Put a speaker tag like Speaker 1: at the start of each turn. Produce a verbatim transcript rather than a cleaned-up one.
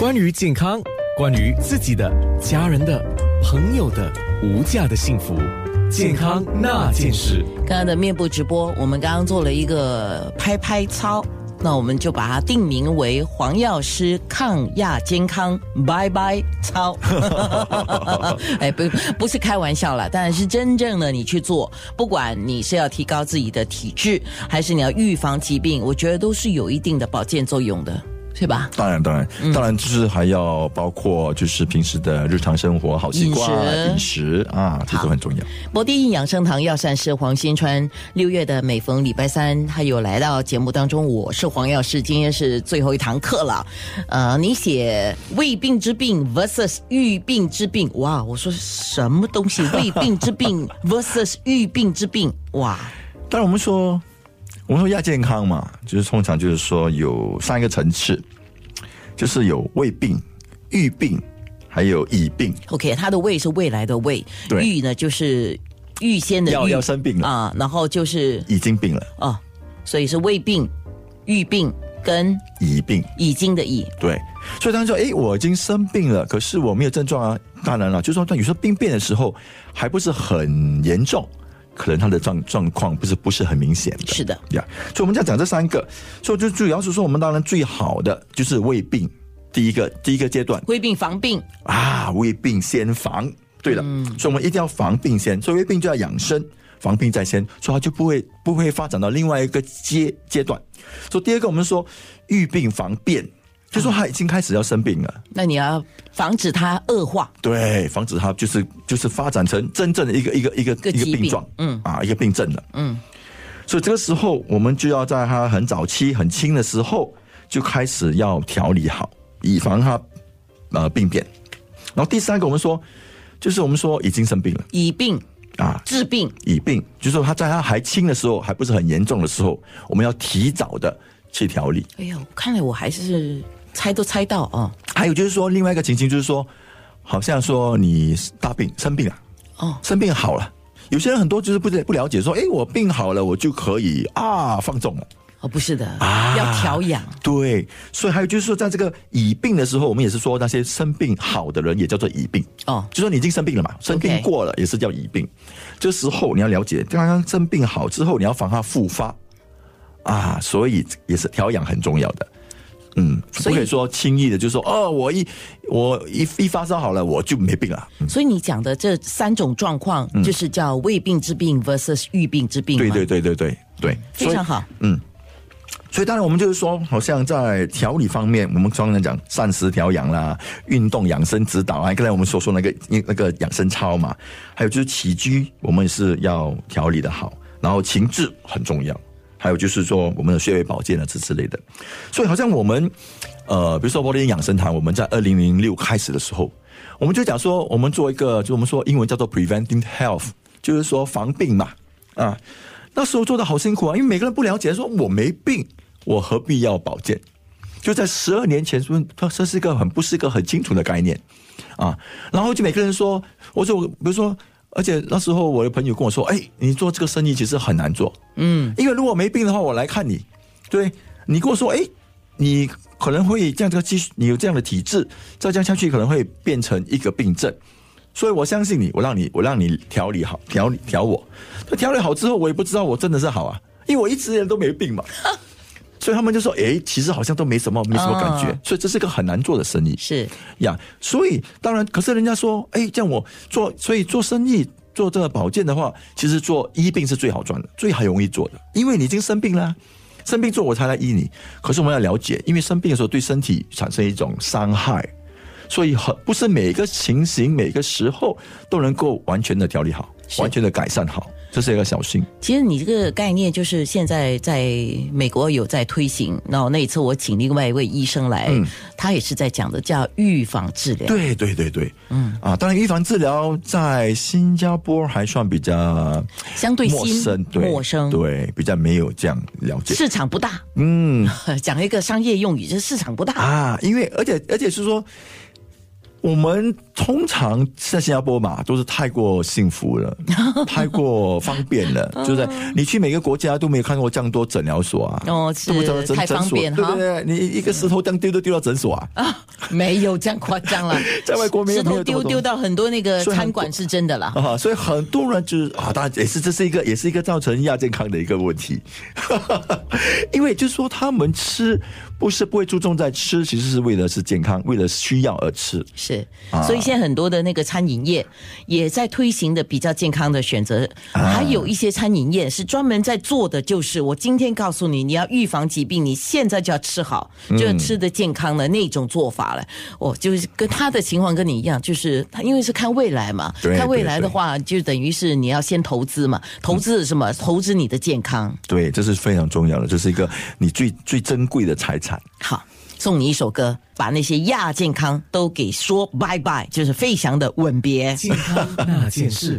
Speaker 1: 关于健康，关于自己的、家人的、朋友的无价的幸福，健康那件事。
Speaker 2: 刚刚的面部直播，我们刚刚做了一个拍拍操，那我们就把它定名为黄药师抗亚健康拜拜操。哎，不，不是开玩笑啦，当然是真正的你去做，不管你是要提高自己的体质，还是你要预防疾病，我觉得都是有一定的保健作用的。是吧？
Speaker 3: 当然，当然，嗯、当然，就是还要包括就是平时的日常生活好习惯、饮食啊，这都很重要。
Speaker 2: 博第一养生堂药膳师黄新川，六月的每逢礼拜三，他有来到节目当中。我是黄药师，今天是最后一堂课了。呃，你写胃病之病 versus 预病之病，哇！我说什么东西？胃病之病 versus 预病之病，哇！
Speaker 3: 当然，我们说。我们说亚健康嘛，就是通常就是说有三个层次，就是有胃病、预病，还有已病。
Speaker 2: OK， 它的胃是未来的胃，预呢就是预先的预，
Speaker 3: 要要生病了
Speaker 2: 啊，然后就是
Speaker 3: 已经病了
Speaker 2: 哦，所以是胃病、预病跟
Speaker 3: 已病，
Speaker 2: 已经的已。
Speaker 3: 对，所以当然说，哎，我已经生病了，可是我没有症状啊。当然了，就是说，有时候病变的时候还不是很严重。可能他的状状况不是不是很明显的，
Speaker 2: 是的
Speaker 3: 呀。所以我们讲讲这三个，所以就主要是说，我们当然最好的就是胃病，第一个第一个阶段，
Speaker 2: 胃病防病
Speaker 3: 啊，胃病先防。对了，嗯、所以我们一定要防病先，所以胃病就要养生，防病在先，所以它就不会不会发展到另外一个阶阶段。所以第二个我们说预病防变。就说他已经开始要生病了，
Speaker 2: 那你要防止他恶化，
Speaker 3: 对，防止他就是就是发展成真正的一个一个一个一个病状，嗯啊，一个病症了，嗯，所以这个时候我们就要在他很早期很轻的时候就开始要调理好，以防他呃病变。然后第三个我们说，就是我们说已经生病了，
Speaker 2: 已病啊，治病，
Speaker 3: 已病，就是说他在他还轻的时候，还不是很严重的时候，我们要提早的去调理。
Speaker 2: 哎呀，看来我还是。猜都猜到啊！
Speaker 3: 还有就是说，另外一个情形就是说，好像说你大病生病了，哦，生病好了，有些人很多就是不不了解说，哎，我病好了，我就可以啊放纵了。
Speaker 2: 哦，不是的，啊，要调养。
Speaker 3: 对，所以还有就是说，在这个已病的时候，我们也是说那些生病好的人也叫做已病。哦，就说你已经生病了嘛，生病过了也是叫已病。这时候你要了解，刚刚生病好之后，你要防它复发啊，所以也是调养很重要的。嗯，不可以说轻易的就说哦，我一我一一发烧好了，我就没病了。
Speaker 2: 嗯、所以你讲的这三种状况，嗯、就是叫胃病之病 versus 预病之病。
Speaker 3: 对对对对对对，
Speaker 2: 非常好。
Speaker 3: 嗯，所以当然我们就是说，好像在调理方面，我们常常讲膳食调养啦、运动养生指导啊，刚才我们所说那个那个养生操嘛，还有就是起居，我们是要调理的好，然后情志很重要。还有就是说我们的穴位保健啊之之类的，所以好像我们呃，比如说博第一养生堂，我们在二零零六开始的时候，我们就讲说，我们做一个，就我们说英文叫做 preventing health， 就是说防病嘛啊。那时候做的好辛苦啊，因为每个人不了解，说我没病，我何必要保健？就在十二年前，说这是一个很不是一个很清楚的概念啊。然后就每个人说，我说比如说。而且那时候我的朋友跟我说，哎，你做这个生意其实很难做，嗯，因为如果没病的话，我来看你，对，你跟我说，哎，你可能会这样这个继续，你有这样的体质，再这样下去可能会变成一个病症，所以我相信你，我让你我让你调理好，调理调我，调理好之后，我也不知道我真的是好啊，因为我一直人都没病嘛。所以他们就说，哎，其实好像都没什么，没什么感觉，哦、所以这是个很难做的生意。
Speaker 2: 是
Speaker 3: 呀，所以当然，可是人家说，哎，这样我做，所以做生意做这个保健的话，其实做医病是最好赚的，最还容易做的，因为你已经生病了，生病做我才来医你。可是我们要了解，因为生病的时候对身体产生一种伤害，所以很不是每个情形、每个时候都能够完全的调理好，完全的改善好。这是一个小心。
Speaker 2: 其实你这个概念就是现在在美国有在推行，然后那一次我请另外一位医生来，嗯、他也是在讲的叫预防治疗。
Speaker 3: 对对对对，嗯啊，当然预防治疗在新加坡还算比较
Speaker 2: 相对
Speaker 3: 陌生，对
Speaker 2: 陌生，
Speaker 3: 对，比较没有这样了解，
Speaker 2: 市场不大。
Speaker 3: 嗯，
Speaker 2: 讲一个商业用语，就是市场不大
Speaker 3: 啊，因为而且而且是说。 我们通常在新加坡嘛，都是太过幸福了，太过方便了，就是你去每个国家都没有看过这样多诊疗所啊，
Speaker 2: 哦，是太方便
Speaker 3: 哈，对对对，你一个石头这样丢都丢到诊所啊，
Speaker 2: 啊，没有这样夸张了，
Speaker 3: 在外国没有
Speaker 2: 石头丢丢到很多那个餐馆是真的啦，
Speaker 3: 啊，所以很多人就是啊，当然也是这是一个也是一个造成亚健康的一个问题，因为就是说他们吃不是不会注重在吃，其实是为了是健康，为了需要而吃，
Speaker 2: 是，所以现在很多的那个餐饮业也在推行的比较健康的选择，还有一些餐饮业是专门在做的，就是我今天告诉你，你要预防疾病，你现在就要吃好，就要吃的健康的那种做法了。哦，就是跟他的情况跟你一样，就是他因为是看未来嘛，看未来的话，就等于是你要先投资嘛，投资是什么？投资你的健康。
Speaker 3: 对，这是非常重要的，这是一个你最最珍贵的财产。
Speaker 2: 好。送你一首歌，把那些亚健康都给说拜拜，就是费翔的吻别。
Speaker 1: 健康那件事。